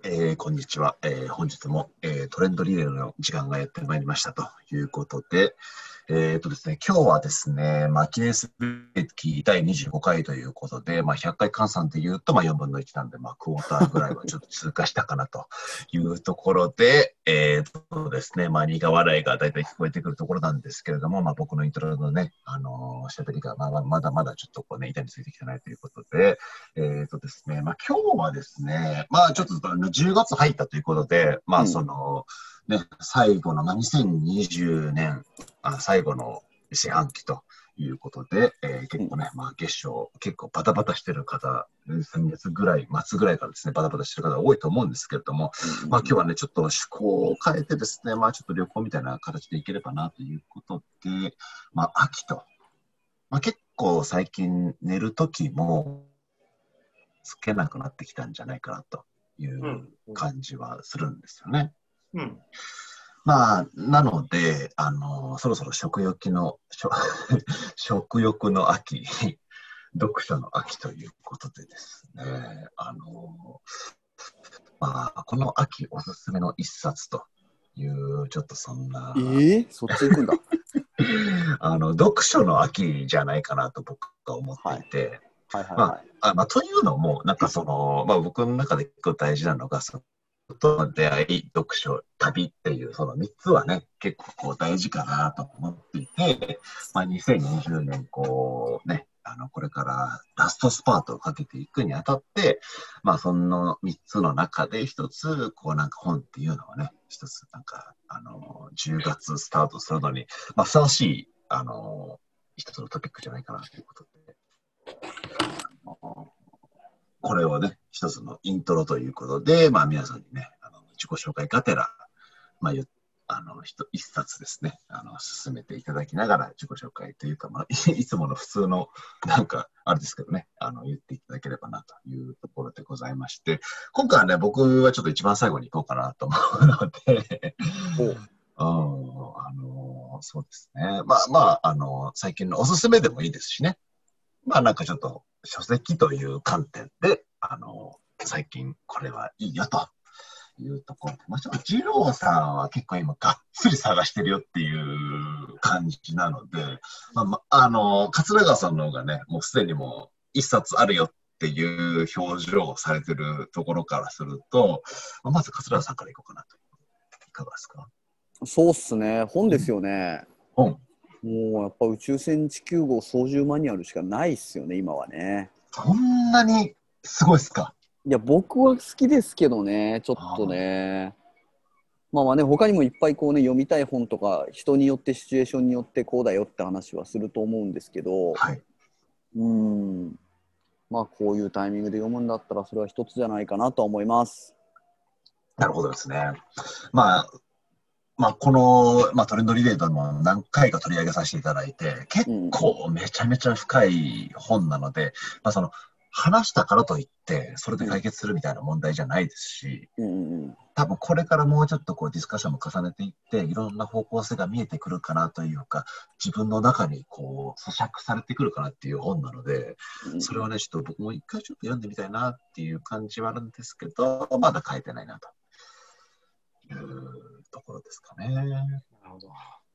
こんにちは。本日も、トレンドリレーの時間がやってまいりましたということで、ですね、今日はですね、記念すべき第25回ということで、100回換算で言うと、4分の1なんで、クォーターぐらいはちょっと通過したかなというところで、ですね、苦笑いがだいたい聞こえてくるところなんですけれども、僕のイントロのね、喋りが、まだまだちょっとこうね、板についてきてないということで、ですね、今日はですね、ちょっと10月入ったということで、ね、最後の、2020年、最後の四半期ということで、結構ね、月賞、結構バタバタしてる方、先月ぐらい、末ぐらいからですね、バタバタしてる方多いと思うんですけれども、今日はね、ちょっと趣向を変えてですね、ちょっと旅行みたいな形で行ければなということで、秋と、結構最近寝るときも、つけなくなってきたんじゃないかなという感じはするんですよね。なので、そろそろ食欲の秋、読書の秋ということでですね、この秋おすすめの一冊という、ちょっとそんな、 そっち行くんだ。 読書の秋じゃないかなと僕は思っていて、というのも、僕の中で結構大事なのが、との出会い、読書、旅っていう、その3つはね、結構こう大事かなと思っていて、2020年、こうね、これからラストスパートをかけていくにあたって、その3つの中で一つ、本っていうのはね、一つ10月スタートするのに、ふさわしい、一つのトピックじゃないかなということで、これをね、一つのイントロということで、皆さんにね、自己紹介がてら、一冊ですね、進めていただきながら自己紹介というか、いつもの普通の、あれですけどね、言っていただければなというところでございまして、今回はね、僕はちょっと一番最後に行こうかなと思うので、そうですね。最近のおすすめでもいいですしね。ちょっと書籍という観点で、最近これはいいよというところで、ちょっと二郎さんは結構今がっつり探してるよっていう感じなので、桂川さんの方がね、もうすでにもう一冊あるよっていう表情をされてるところからすると、まず桂川さんからいこうかなと。いかがですか？ そうっすね。本ですよね。 本。 もうやっぱ宇宙船地球号操縦マニュアルしかないっすよね、今はね。 そんなにすごいっすか？ いや、僕は好きですけどね、ちょっとね。ね、他にもいっぱいこうね、読みたい本とか、人によってシチュエーションによってこうだよって話はすると思うんですけど、 はい。 こういうタイミングで読むんだったら、それは一つじゃないかなと思います。 なるほどですね。この、トレンドリレーでも何回か取り上げさせていただいて、結構めちゃめちゃ深い本なので、話したからといって、それで解決するみたいな問題じゃないですし、多分これからもうちょっとこうディスカッションも重ねていって、いろんな方向性が見えてくるかなというか、自分の中にこう咀嚼されてくるかなっていう本なので、それはね、ちょっと僕も一回ちょっと読んでみたいなっていう感じはあるんですけど、まだ書いてないなというところですかね。なるほど。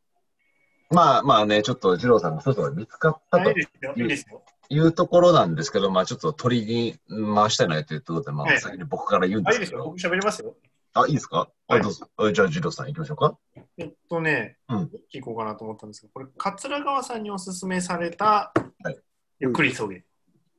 ちょっと二郎さんがそろそろ見つかったというところなんですけど、ちょっと鳥に回したいなというところで、先に僕から言うんですけど。 いいですよ。僕喋りますよ。 いいですか？どうぞ。じゃあ、二郎さん行きましょうか。 聞こうかなと思ったんですけど、これ、桂川さんにおすすめされた、ゆっくり急げ。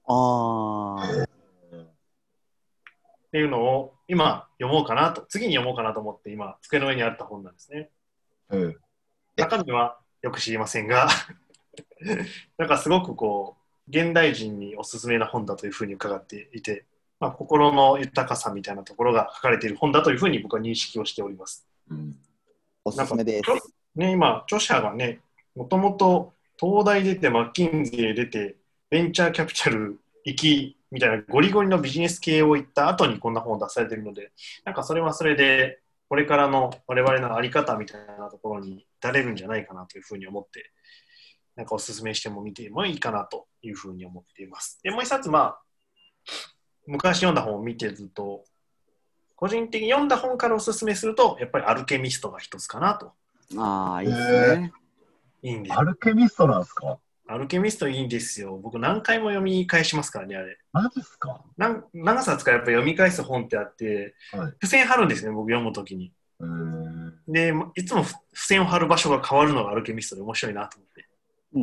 っていうのを今読もうかなと、次に読もうかなと思って今、机の上にあった本なんですね。中身はよく知りませんが、すごくこう、現代人におすすめな本だというふうに伺っていて、心の豊かさみたいなところが書かれている本だというふうに僕は認識をしております。 おすすめです。 今、著者がね、もともと東大出て、マッキンゼー出て、ベンチャーキャピタル行きみたいなゴリゴリのビジネス系を行った後にこんな本を出されているので、それはそれで、これからの我々のあり方みたいなところに至れるんじゃないかなというふうに思って、おすすめしても見てもいいかなというふうに思っています。で、もう一冊、昔読んだ本を見てると、 個人的に読んだ本からおすすめすると、やっぱりアルケミストが一つかなと。 ああ、いいですね。 いいんです。 アルケミストなんですか？ アルケミストいいんですよ。僕何回も読み返しますからね、あれ。 マジですか？ 長さ使やっぱ読み返す本ってあって、 はい。 付箋貼るんですね、僕読むときに。で、いつも付箋を貼る場所が変わるのがアルケミストで面白いなと思って。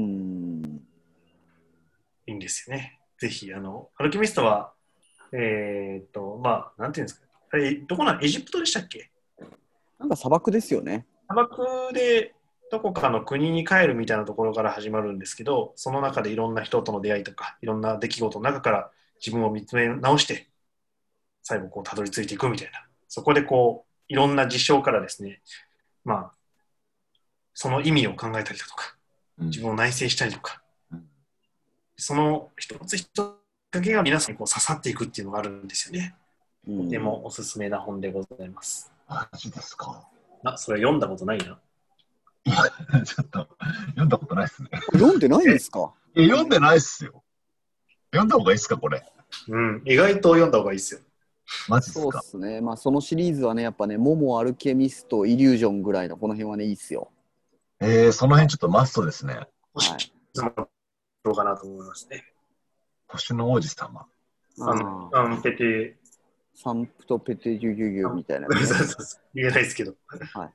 いいんですよね。ぜひ、アルケミストは、まあ、なんていうんですか。どこエジプトでしたっけ？ なんか砂漠ですよね。 砂漠で、どこかの国に帰るみたいなところから始まるんですけど、その中でいろんな人との出会いとか、いろんな出来事の中から自分を見つめ直して、最後こうたどり着いていくみたいな。そこでこう、いろんな事象からですね、まあ、その意味を考えたりだとか、自分を内省したりとか、その一つ一つだけが皆さんにこう刺さっていくっていうのがあるんですよね。とてもおすすめな本でございます。 マジですか？ それ読んだことないな。 いや、ちょっと、読んだことないっすね。 読んでないんですか？ 読んでないっすよ。読んだ方がいいっすか、これ。 意外と読んだ方がいいっすよ。 マジっすか？ そうっすね。まあ、そのシリーズはね、やっぱね、モモ、アルケミスト、イリュージョンぐらいの、この辺はね、いいっすよ。 その辺ちょっとマストですね。 はい。 どうかなと思いますね。 星の王子様。 サンプトペテジュジュジュみたいな、 ね。言えないですけど。 はい。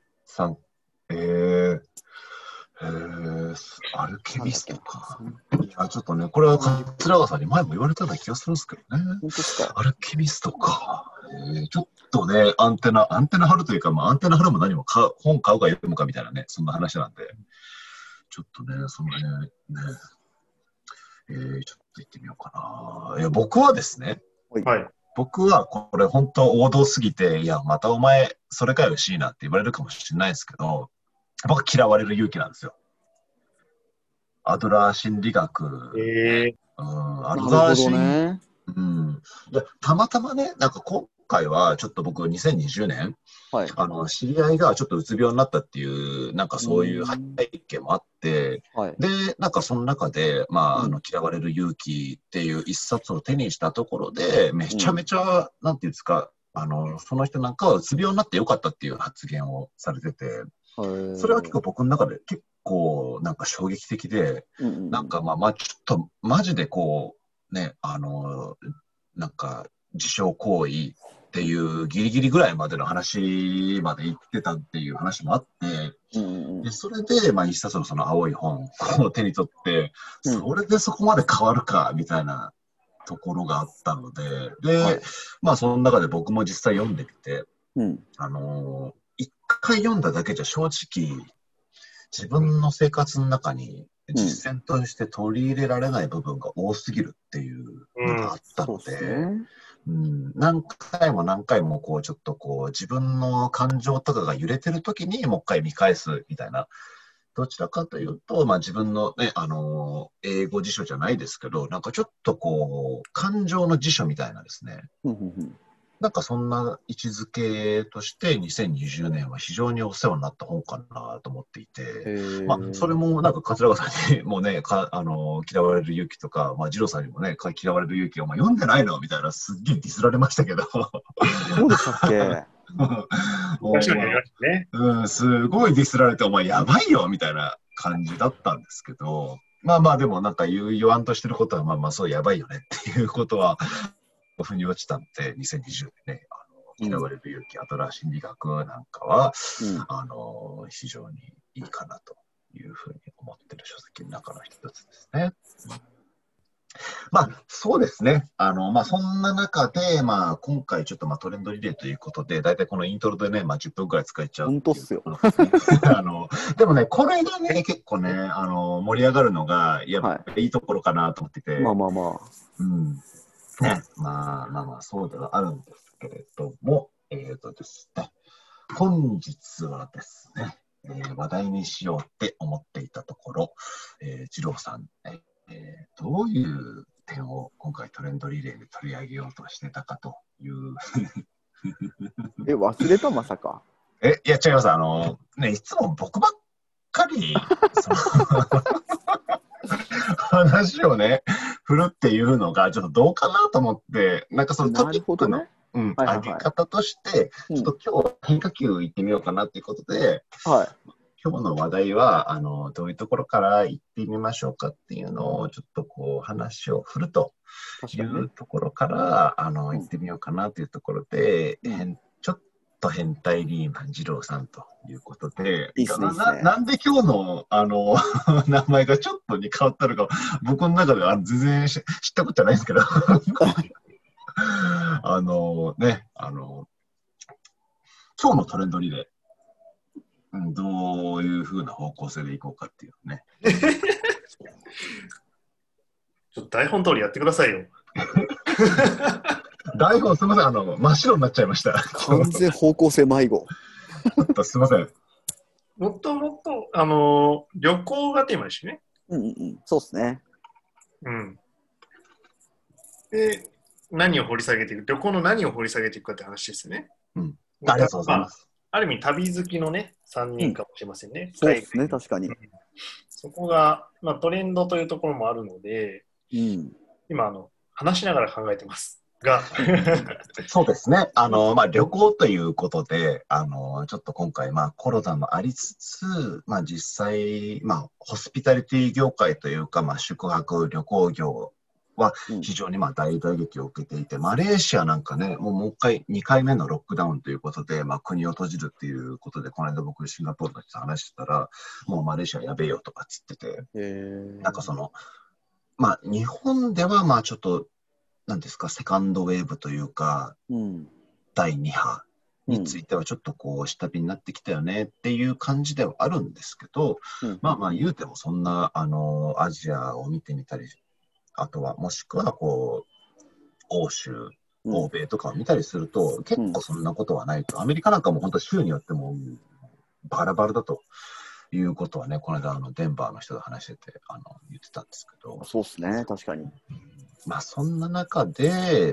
アルケミストか。いや、ちょっとね、これは桂川さんに前も言われたような気がするんですけどね。 本当ですか？ アルケミストか。ちょっとね、アンテナ張るというか、まあ、アンテナ張るも何も本買うか読むかみたいなね、そんな話なんで、ちょっとね、その辺ね、ちょっと言ってみようかな。いや、僕はですね、 はい。 僕はこれ本当王道すぎて、いや、またお前、それかよしいなって言われるかもしれないですけど、僕は嫌われる勇気なんですよ。アドラー心理学。 アドラー心理学。たまたまね、なんか今回はちょっと僕2020年、 はい、 知り合いがちょっとうつ病になったっていう、なんかそういう背景もあって、で、なんかその中で、まあ、嫌われる勇気っていう一冊を手にしたところで、めちゃめちゃ、なんていうんですか、その人なんかはうつ病になってよかったっていう発言をされてて、それは結構僕の中で結構なんか衝撃的で、なんかまあちょっとマジでこうね、なんか自傷行為っていうギリギリぐらいまでの話まで言ってたっていう話もあって、でそれでまあ一冊のその青い本を手に取って、それでそこまで変わるかみたいなところがあったので、で、まあその中で僕も実際読んでみて、一回読んだだけじゃ正直自分の生活の中に実践として取り入れられない部分が多すぎるっていうのがあったので、何回もこうちょっとこう自分の感情とかが揺れてる時にもう一回見返すみたいな、どちらかというと、まあ、自分のね、英語辞書じゃないですけど、なんかちょっとこう感情の辞書みたいなですね、なんかそんな位置づけとして2020年は非常にお世話になった本かなと思っていて、まあ、それもなんか桂川さんにもね、嫌われる勇気とか、まあ、二郎さんにもね、嫌われる勇気を、まあ、読んでないのみたいな、すっげえディスられましたけど。 そうでしたっけ？ 確かにありましたね。 すごいディスられて、お前やばいよみたいな感じだったんですけど、まあまあでもなんか言わんとしてることは、まあまあそうやばいよねっていうことは、腑に落ちたんで、2020年ね、嫌われる勇気、アドラー心理学なんかは、非常にいいかなというふうに思ってる書籍の中の一つですね。まあ、そうですね。まあ、そんな中で、まあ、今回ちょっとまあトレンドリレーということで、大体このイントロでね、まあ、10分くらい使えちゃう。 本当っすよ。 でもね、これがね、結構ね、盛り上がるのが、やっぱいいところかなと思ってて。 まあまあまあ。 ね、まあ、そうではあるんですけれども、ですね、本日はですね、話題にしようって思っていたところ、二郎さん、どういう点を今回トレンドリレーで取り上げようとしてたかという。 忘れたまさか。 いや違います。ね、いつも僕ばっかり、話をね、振るっていうのがちょっとどうかなと思って、なんかそのトピックのはいはいはい上げ方として、ちょっと今日変化球行ってみようかなということで、 はい。 今日の話題は、どういうところから行ってみましょうかっていうのを、ちょっとこう話を振るとい確かにね。 うところから、行うんってみようかなというところで、 うん。 ちょっと変態リーマン二郎さんということで、 いいっすね、いいっすね。 なんで今日の、名前がちょっとに変わったのか、僕の中では全然知ったことじゃないんですけど、ね、今日のトレンドリレー、どういう風な方向性でいこうかっていうね。 ちょっと台本通りやってくださいよ。 台本すみません、真っ白になっちゃいました。 完全方向性迷子。 ちょっとすみません。 もっともっと、旅行がテーマですしね。 うんうんうん。そうっすね。 うん。で、何を掘り下げていく、旅行の何を掘り下げていくかって話ですね。 うん。ありがとうございます。 ある意味、旅好きのね、3人かもしれませんね。 そうですね、確かに。 そこが、トレンドというところもあるので、今、話しながら考えてますが。 そうですね。旅行ということで、ちょっと今回、コロナもありつつ、実際、ホスピタリティ業界というか、宿泊旅行業は非常に大打撃を受けていて、マレーシアなんかね、もう一回、2回目のロックダウンということで、国を閉じるっていうことで、この間僕、シンガポールの人と話してたら、もうマレーシアやべえよとかつってて、なんか日本ではちょっと、なんですか、セカンドウェーブというか、第2波についてはちょっとこう、下火になってきたよねっていう感じではあるんですけど、言うてもそんな、アジアを見てみたり、あとは、もしくは、こう、欧州、欧米とかを見たりすると、結構そんなことはないと。アメリカなんかも本当州によってもバラバラだということはね、この間、デンバーの人と話してて、言ってたんですけど。 そうですね、確かに。 そんな中で、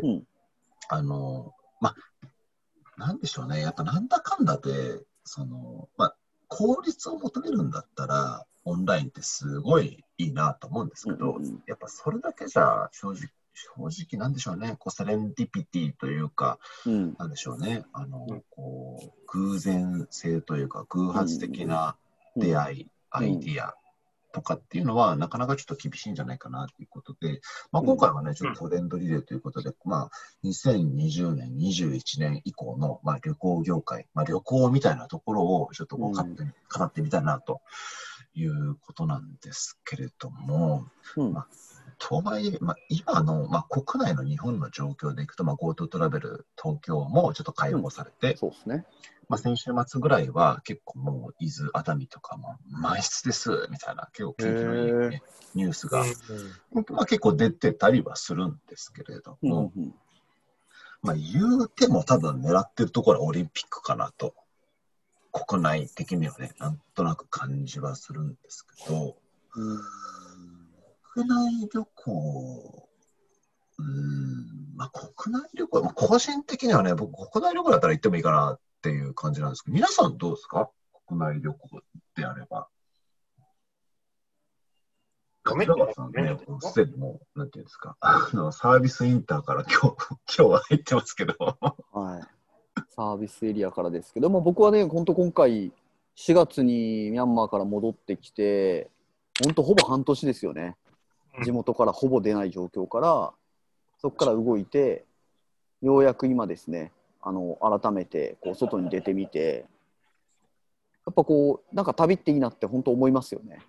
なんでしょうね、やっぱなんだかんだで、効率を求めるんだったら、オンラインってすごいいいなと思うんですけど、やっぱそれだけじゃ正直なんでしょうね、セレンディピティというか、なんでしょうね、偶然性というか、偶発的な出会い、アイディアとかっていうのは、なかなかちょっと厳しいんじゃないかなということで、今回はね、ちょっとトレンドリレーということで、2020年、21年以降の、旅行業界、旅行みたいなところをちょっとこう語ってみたいなということなんですけれども、とはいえ、今の、国内の日本の状況でいくと、GoTo トラベル東京もちょっと開放されて、 そうですね。 先週末ぐらいは結構もう伊豆、熱海とかも満室ですみたいな結構景気のいい、ね、ニュースが、結構出てたりはするんですけれども、言うても多分狙ってるところはオリンピックかなと、国内的にはね、なんとなく感じはするんですけど、国内旅行、国内旅行、個人的にはね、僕国内旅行だったら行ってもいいかなっていう感じなんですけど、皆さんどうですか？国内旅行であれば。桂川さんね、すでにもう、なんていうんですか、サービスインターから今日は入ってますけど。 はい。サービスエリアからですけど、僕はね、本当今回、4月にミャンマーから戻ってきて、本当ほぼ半年ですよね。地元からほぼ出ない状況から、そこから動いて、ようやく今ですね、改めてこう外に出てみて、やっぱこう、なんか旅っていいなって本当思いますよね。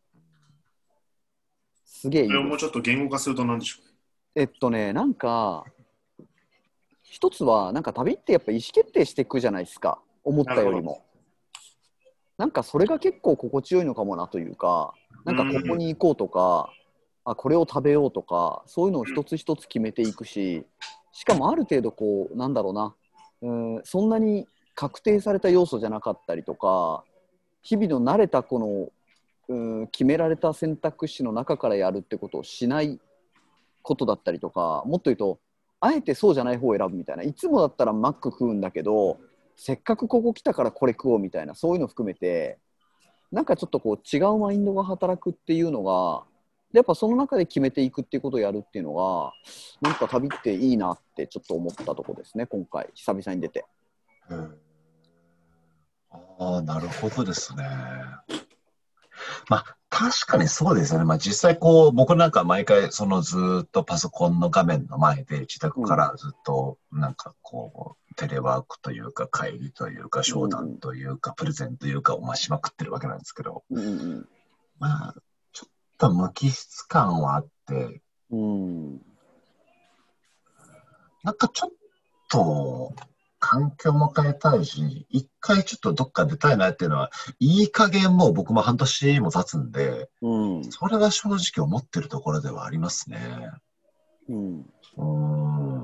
すげえいいです。 それをもうちょっと言語化すると何でしょう。 なんか、一つは、なんか旅ってやっぱ意思決定していくじゃないですか、思ったよりも。なんかそれが結構心地よいのかもなというか、なんかここに行こうとか、これを食べようとか、そういうのを一つ一つ決めていくし、しかもある程度こう、なんだろうな、そんなに確定された要素じゃなかったりとか、日々の慣れたこの、決められた選択肢の中からやるってことをしないことだったりとか、もっと言うと、あえてそうじゃない方を選ぶみたいな、いつもだったらマック食うんだけど、せっかくここ来たからこれ食おうみたいな、そういうの含めて、なんかちょっとこう違うマインドが働くっていうのが、 でやっぱその中で決めていくっていうことをやるっていうのがなんか旅っていいなってちょっと思ったとこですね、今回久々に出て。 うん、ああ、なるほどですね。まあ、確かにそうですよね。まあ、実際こう、僕なんか毎回、そのずーっとパソコンの画面の前で自宅うんからずっと、なんかこう、テレワークというか、会議というか、商談うんというか、プレゼンというかをまあしまくってるわけなんですけど、 うんまあ、ちょっと無機質感はあって、 うんうんなんかちょっと、環境も変えたいし、一回ちょっとどっか出たいなっていうのは、いい加減もう僕も半年も経つんで、 うんそれは正直思ってるところではありますね。 うんうーん。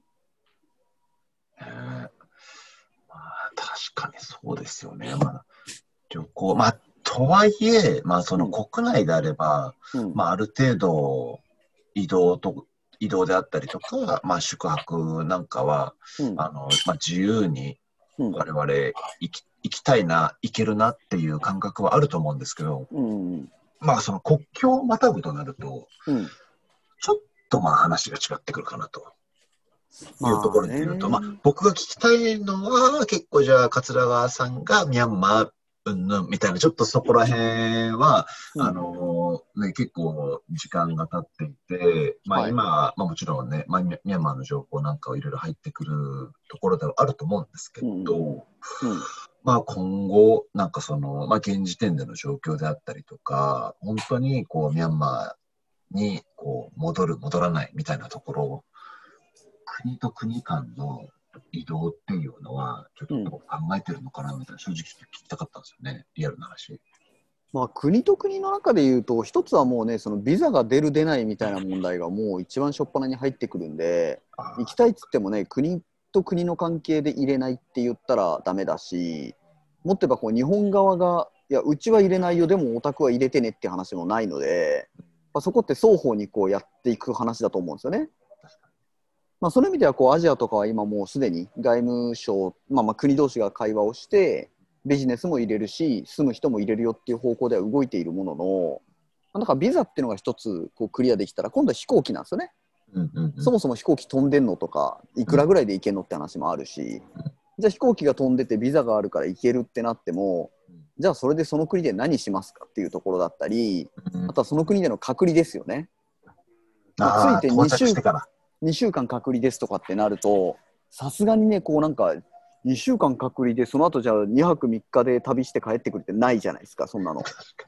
まあ、確かにそうですよね。まあ、旅行、まあ、とはいえ、まあ、そのうん国内であれば、 うんまあ、ある程度、移動と、移動であったりとか、まあ、宿泊なんかは、 うんまあ、自由にうん我々行きたいな、行けるなっていう感覚はあると思うんですけど、 うんまあ、その国境をまたぐとなると、 うんちょっとまあ話が違ってくるかなと。いうとこまあろで言うと、 ね。 まあ、僕が聞きたいのは、結構じゃあ、桂川さんがミャンマー、うんぬんみたいな、ちょっとそこら辺は、 うんね、結構時間が経っていて、まあはい今、まあもちろんね、まあ、ミャンマーの情報なんかをいろいろ入ってくるところではあると思うんですけうんど、 うんまあ今後、なんかその、まあ現時点での状況であったりとか、本当にこう、ミャンマーにこう戻る、戻らないみたいなところ国と国間の移動っていうのは、ちょっとうんどう考えてるのかなみたいな、正直聞きたかったんですよね、リアルな話。 まあ、国と国の中で言うと、一つはもうね、そのビザが出る、出ないみたいな問題がもう一番初っ端に入ってくるんで、行きあたいっつってもね、国と国の関係で入れないって言ったらダメだし、もっと言えばこう日本側が、いや、うちは入れないよ、でもお宅は入れてねっていう話もないので、まあ、そこって双方にこうやっていく話だと思うんですよね。まあ、その意味ではこうアジアとかは今もうすでに外務省、まあ国同士が会話をしてビジネスも入れるし住む人も入れるよっていう方向では動いているものの、なんかビザっていうのが一つこうクリアできたら今度は飛行機なんですよね。 うんうんうん。 そもそも飛行機飛んでんのとかいくらぐらいで行けんのって話もあるし、じゃあ飛行機が飛んでてビザがあるから行けるってなっても、じゃあそれでその国で何しますかっていうところだったり、あとはその国での隔離ですよね。まあ、ついて到着してから。 2週間隔離ですとかってなると、さすがにね、こうなんか、2週間隔離で、その後じゃあ2泊3日で旅して帰ってくるってないじゃないですか、そんなの。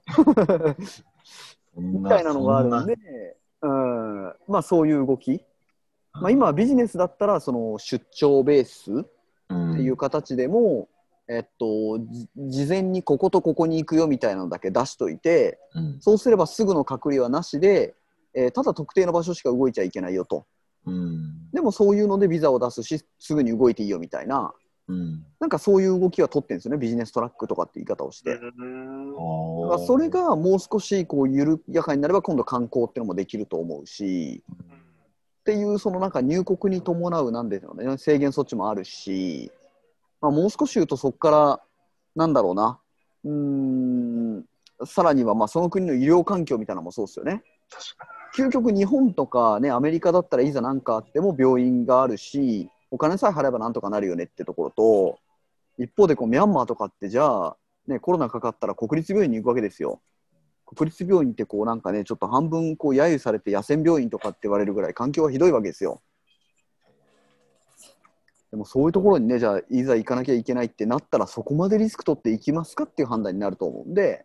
みたいなのがあるんで、まあそういう動き。まあ、今はビジネスだったら、その出張ベースっていう形でも、事前にこことここに行くよみたいなのだけ出しといて、そうすればすぐの隔離はなしで、ただ特定の場所しか動いちゃいけないよと。でもそういうのでビザを出すし、すぐに動いていいよみたいな、なんかそういう動きは取ってるんですよね、ビジネストラックとかって言い方をして。だからそれがもう少しこう緩やかになれば、今度観光っていうのもできると思うし、っていうそのなんか入国に伴うなんでしょうね、制限措置もあるし、まあ、もう少し言うとそこからなんだろうな、さらにはまあその国の医療環境みたいなのもそうですよね。究極日本とかね、アメリカだったらいざ何かあっても病院があるし、お金さえ払えばなんとかなるよねってところと、一方でこうミャンマーとかってじゃあ、ね、コロナかかったら国立病院に行くわけですよ。国立病院ってこうなんかね、ちょっと半分こう揶揄されて野戦病院とかって言われるぐらい環境がひどいわけですよ。でもそういうところにね、じゃあいざ行かなきゃいけないってなったら、そこまでリスク取っていきますかっていう判断になると思うんで、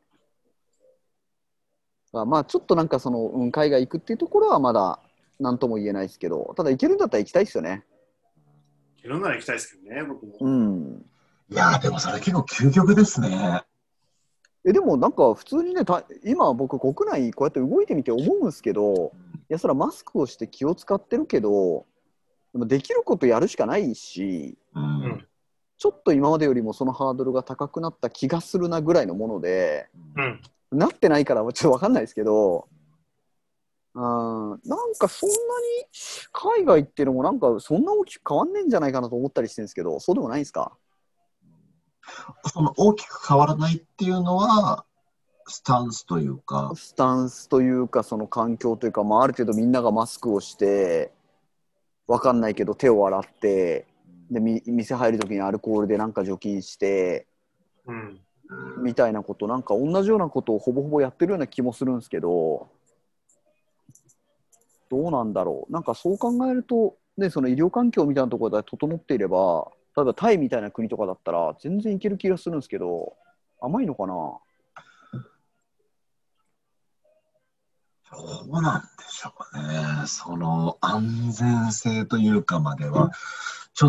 まあちょっとなんかその、海外行くっていうところはまだ何とも言えないですけど、ただ行けるんだったら行きたいですよね。 行けるなら行きたいですけどね、僕も。 いやー、でもそれ結構究極ですね。 でもなんか普通にね、今僕国内こうやって動いてみて思うんですけど、いやそれはマスクをして気を使ってるけど、でもできることやるしかないし、ちょっと今までよりもそのハードルが高くなった気がするなぐらいのもので、なってないからちょっと分かんないですけど、なんかそんなに海外っていうのもなんかそんな大きく変わんねえんじゃないかなと思ったりしてるんですけど、そうでもないんですか？ その大きく変わらないっていうのは、 スタンスというか、 スタンスというか、その環境というか、まあ、ある程度みんながマスクをして、わかんないけど手を洗って、で、店入るときにアルコールでなんか除菌して、 うん。 みたいなこと、なんか同じようなことをほぼほぼやってるような気もするんですけど、どうなんだろう。なんかそう考えると、ね、その医療環境みたいなところで整っていれば、例えばタイみたいな国とかだったら全然いける気がするんですけど、甘いのかな。 どうなんでしょうね。その安全性というかまでは、ちょっ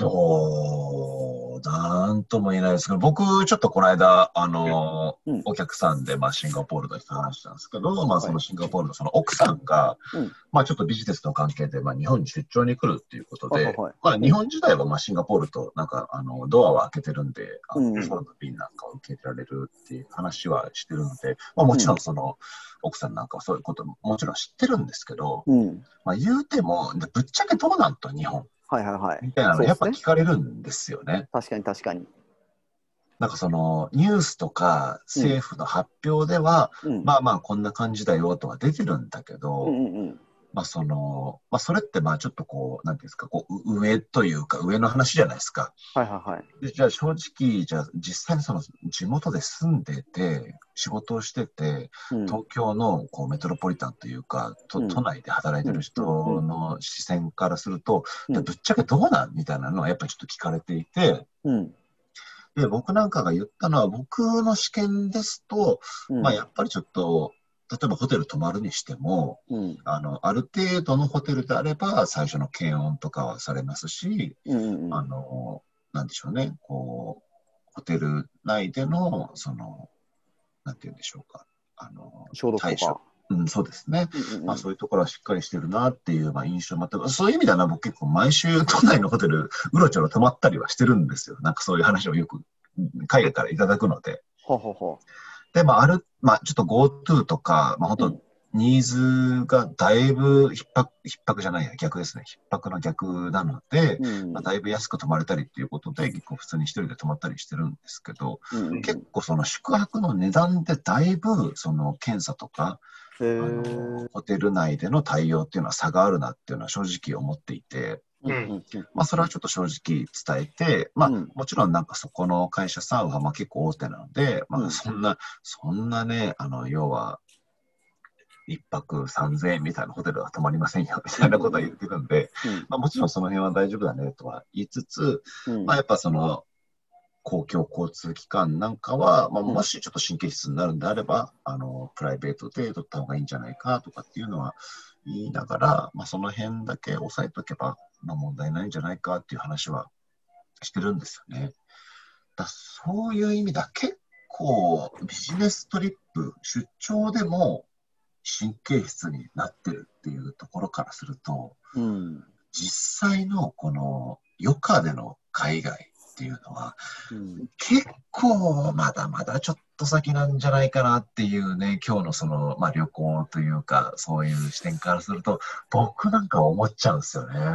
と、なんとも言えないですけど、僕、ちょっとこの間、 うん。 お客さんで、まあ、シンガポールの人と話したんですけど、まあ、 はい。 そのシンガポールのその奥さんが、 うん。 まあ、ちょっとビジネスの関係で、まあ、日本に出張に来るっていうことで、 はいはいはい。 まあ、日うん。 本自体は、まあ、シンガポールと、なんか、ドアを開けてるんで、 うん。 空の便なんかを受けられるっていう話はしてるので、まあ、もうん。 ちろん、その、奥さんなんかはそういうことももちろん知ってるんですけど、 うん。 まあ、言うても、ぶっちゃけどうなんと、日本。 はいはいはい。 みたいなのやっぱそうっすね。 聞かれるんですよね。 確かに確かに。 なんかそのニュースとかうん。 政府の発表では、 うん。 まあまあこんな感じだよとは出てるんだけうんど、 うんうん。 まあその、まあそれってまあちょっとこう、なんていうんですか、こう上というか上の話じゃないですか。 はいはいはい。 でじゃあ正直、じゃあ実際にその地元で住んでて、仕事をしてて、 うん。 東京のこうメトロポリタンというか、 うん。 都内で働いてるうん。うん。うん。 人の視線からすると、 うん。 でぶっちゃけどうなんみたいなのはやっぱりちょっと聞かれていて、 うん。 で、僕なんかが言ったのは、僕の試験ですと、まあ、 うん。 やっぱりちょっと、例えばホテル泊まるにしても、 うん。 ある程度のホテルであれば、最初の検温とかはされますし、 うん。うん。 あの、なんでしょうね、こう、ホテル内での、その、なんて言うんでしょうか、対処。 消毒とか。 うん、そうですね。 うんうんまあ、 うん。 そういうところはしっかりしてるなっていう、まあ、印象もあって、そういう意味ではな、僕結構毎週都内のホテル、うろちょろ泊まったりはしてるんですよ。なんかそういう話をよく海外からいただくので。 ははは。 で、まあ、ちょっと GoTo とか、まあ、本当うん。 ニーズがだいぶ逼迫じゃないや、逆ですね。逼迫の逆なので、まあ、 うん。 だいぶ安く泊まれたりっていうことで、結構普通に一人で泊まったりしてるんですけど、 うんうんう結ん。 構その宿泊の値段でだいぶその検査とか、 へえ。 ホテル内での対応っていうのは差があるなっていうのは正直思っていて、 うんううん。 んうんうまあ、 んうん。 それはちょっと正直伝えて、まあ、 うん。 もちろんなんかそこの会社さんはまあ結構大手なので、まあ、 うん。 そんなね、要は、一泊3000円みたいなホテルは泊まりませんよみたいなことは言ってるんで、 うん。 まあ、もちろんその辺は大丈夫だねとは言いつつ、 うん。 まあ、やっぱその公共交通機関なんかは、まあ、 うん。 もしちょっと神経質になるんであれば、プライベートで取った方がいいんじゃないかとかっていうのは言いながら、まあ、その辺だけ押さえとけば、まあ、問題ないんじゃないかっていう話はしてるんですよね。そういう意味では結構ビジネストリップ、出張でも神経質になってるっていうところからすると、 うん。 実際のこの余暇での海外っていうのは、 うん。 結構まだまだちょっと先なんじゃないかなっていうね、今日のその、まあ、旅行というか、そういう視点からすると、僕なんか思っちゃうんですよね。だ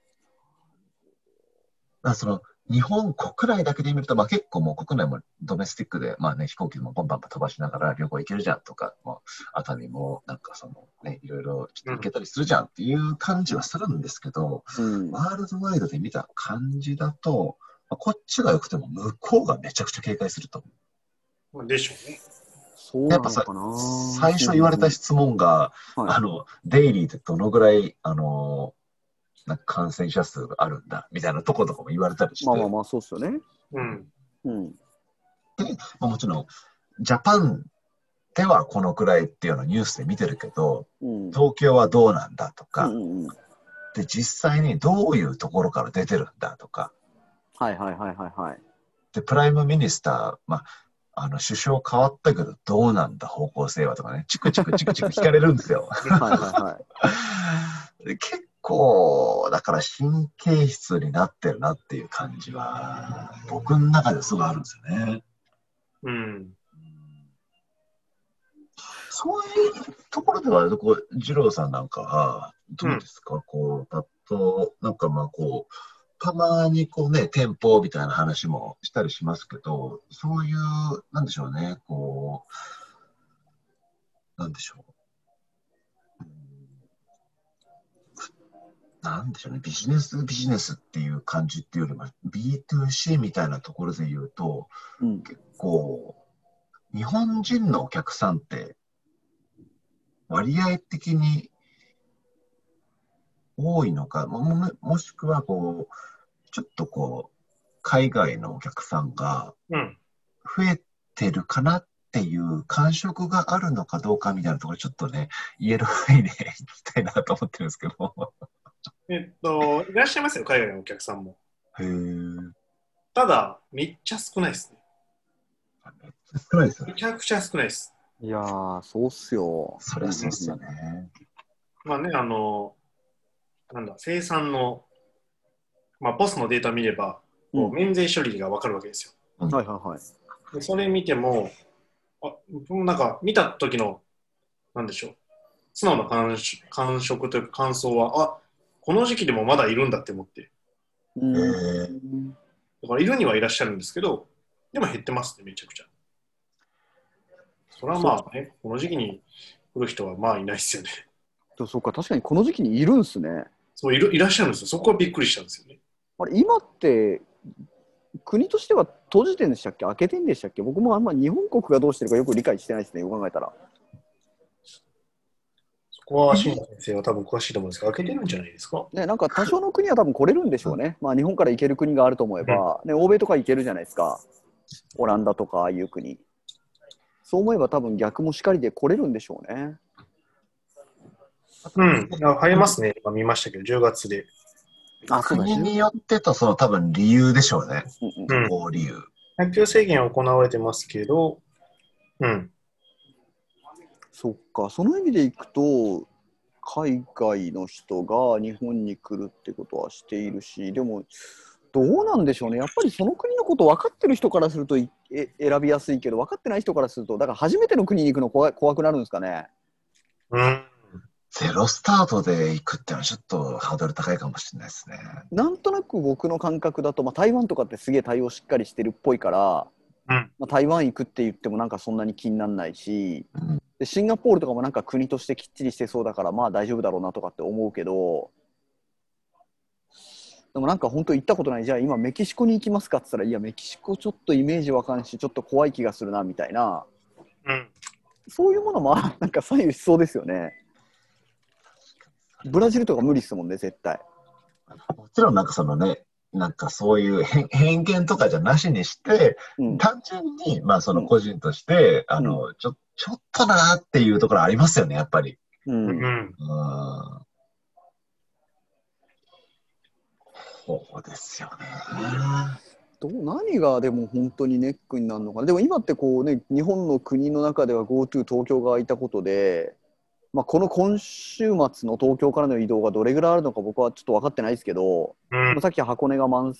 からその日本国内だけで見ると、まあ、結構もう国内もドメスティックで、まあね、飛行機もバンバン飛ばしながら旅行行けるじゃんとか、まあ、熱海もなんかそのね、いろいろちょっと行けたりするじゃんっていう感じはするんですけど、 うん。 ワールドワイドで見た感じだと、まあこっちが良くても向こうがめちゃくちゃ警戒すると。 まあでしょうね。 そうやっぱさ、 なのかな。 最初言われうんうんうん。 た質問が、 はい。 デイリーでどのぐらい、なんか感染者数があるんだ、みたいなとことかも言われたりして、 まあまあまあ、そうっすよね。 うん。 うん。 まあ、もちろん、ジャパンではこのくらいっていうのをニュースで見てるけど、 うん。 東京はどうなんだとうんか、 うんうん。 で、実際にどういうところから出てるんだとか、 はいはいはいはいはい。 で、プライムミニスター、まあ、首相変わったけど、どうなんだ方向性はとかね、チクチクチクチク聞かれるんですよ。 はいはいはい。 で結構、だから神経質になってるなっていう感じは、僕の中ですごいあるんですよね。 うん。 そういうところでは、二郎さんなんかは、どうですか、こう、なんかまあこう、たまにこうね、店舗みたいな話もしたりしますけど、そういう、なんでしょうね、こう、 なんでしょう。なんでしょうね。ビジネスっていう感じっていうよりも B2C みたいなところで言うと、結構日本人のお客さんって割合的に多いのか、もしくはちょっと海外のお客さんが増えてるかなっていう感触があるのかどうかみたいなところちょっとね、言える範囲でいきたいなと思ってるんですけど。 いらっしゃいますよ、海外のお客さんも。 へー。 ただ、めっちゃ少ないですね。 めっちゃ少ないですよね。 めちゃくちゃ少ないです。 いやー、そうっすよ。 そりゃそうっすよね。 まあね、生産の、ポスのデータ見れば、免税処理が分かるわけですよ。 はいはいはい。 でそれ見ても、なんか見た時の、なんでしょう、素直な感触というか感想は、この時期でもまだいるんだって思って。だからいるにはいらっしゃるんですけど、でも減ってますね、めちゃくちゃ。それはまあね、この時期に来る人はまあいないですよね。 そうか、確かにこの時期にいるんすね。 そういらっしゃるんですよ。そこはびっくりしたんですよね。 あれ、今って国としては閉じてんでしたっけ、開けてんでしたっけ？僕もあんま日本国がどうしてるかよく理解してないですね、よく考えたら。 そこは新先生は多分詳しいと思うんですが、開けてるんじゃないですか。 ね、なんか多少の国は多分来れるんでしょうね。まあ日本から行ける国があると思えば、ね、欧米とか行けるじゃないですか。オランダとかああいう国。そう思えば多分逆もしかりで来れるんでしょうね。 入りますね。今見ましたけど、10月で。 国によってと、多分理由でしょうね。理由。 配給制限は行われてますけど、 そっか、その意味でいくと、海外の人が日本に来るってことはしているし、でも、どうなんでしょうね。やっぱりその国のこと分かってる人からすると選びやすいけど、分かってない人からすると、だから初めての国に行くの怖くなるんですかね。 ゼロスタートで行くってのはちょっとハードル高いかもしれないですね。 なんとなく僕の感覚だと、台湾とかってすげえ対応しっかりしてるっぽいから、台湾行くって言ってもなんかそんなに気にならないし、でシンガポールとかもなんか国としてきっちりしてそうだからまあ大丈夫だろうなとかって思うけど、でもなんか本当行ったことない、じゃあ今メキシコに行きますかって言ったら、いやメキシコちょっとイメージわかんしちょっと怖い気がするなみたいな、そういうものもなんか左右しそうですよね。ブラジルとか無理っすもんね、絶対。 もちろんなんかそういう偏見とかじゃなしにして、単純にその個人として、ちょっとなーっていうところありますよね、やっぱり。そうですよね。 何がでも本当にネックになるのかな。でも今って日本の国の中では GoTo 東京が開いたことで、この今週末の東京からの移動がどれぐらいあるのか僕はちょっと分かってないですけど、さっき箱根が満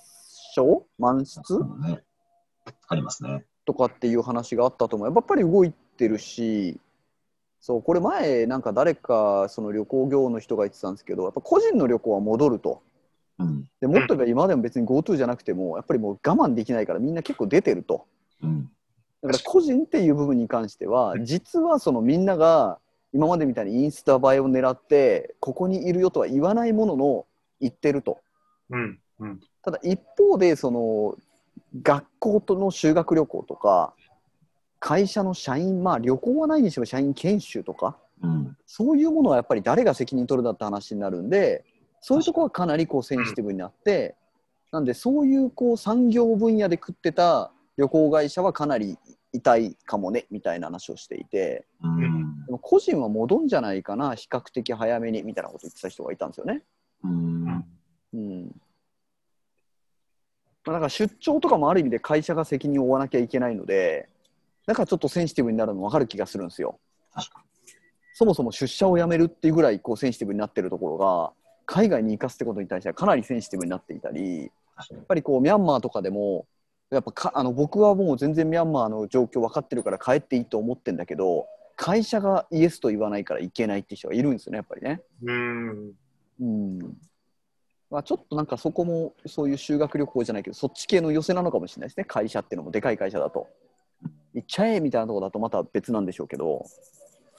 室、 ありますね。 とかっていう話があったと思う。やっぱり動いてるし、そうこれ前なんか誰かその旅行業の人が言ってたんですけど、やっぱ個人の旅行は戻ると。でもっと言えば今でも別に GoTo じゃなくてもやっぱりもう我慢できないからみんな結構出てると。だから個人っていう部分に関しては実はそのみんなが今までみたいにインスタ映えを狙ってここにいるよとは言わないものの言ってると。ただ一方でその学校との修学旅行とか会社の社員、旅行はないにしても社員研修とか、そういうものはやっぱり誰が責任取るんだって話になるんで、そういうところはかなりセンシティブになって、なんでそういう産業分野で食ってた旅行会社はかなり痛いかもねみたいな話をしていて、でも個人は戻んじゃないかな、比較的早めにみたいなこと言ってた人がいたんですよね。だから出張とかもある意味で会社が責任を負わなきゃいけないので、だからちょっとセンシティブになるの分かる気がするんですよ。そもそも出社を辞めるっていうぐらいセンシティブになってるところが海外に行かすってことに対してはかなりセンシティブになっていたり、やっぱりミャンマーとかでもやっぱ僕はもう全然ミャンマーの状況分かってるから帰っていいと思ってんだけど、会社がイエスと言わないから行けないって人がいるんですよね、やっぱりね。ちょっとなんかそこもそういう修学旅行じゃないけどそっち系の寄せなのかもしれないですね。会社っていうのもでかい会社だと行っちゃえみたいなところだとまた別なんでしょうけど。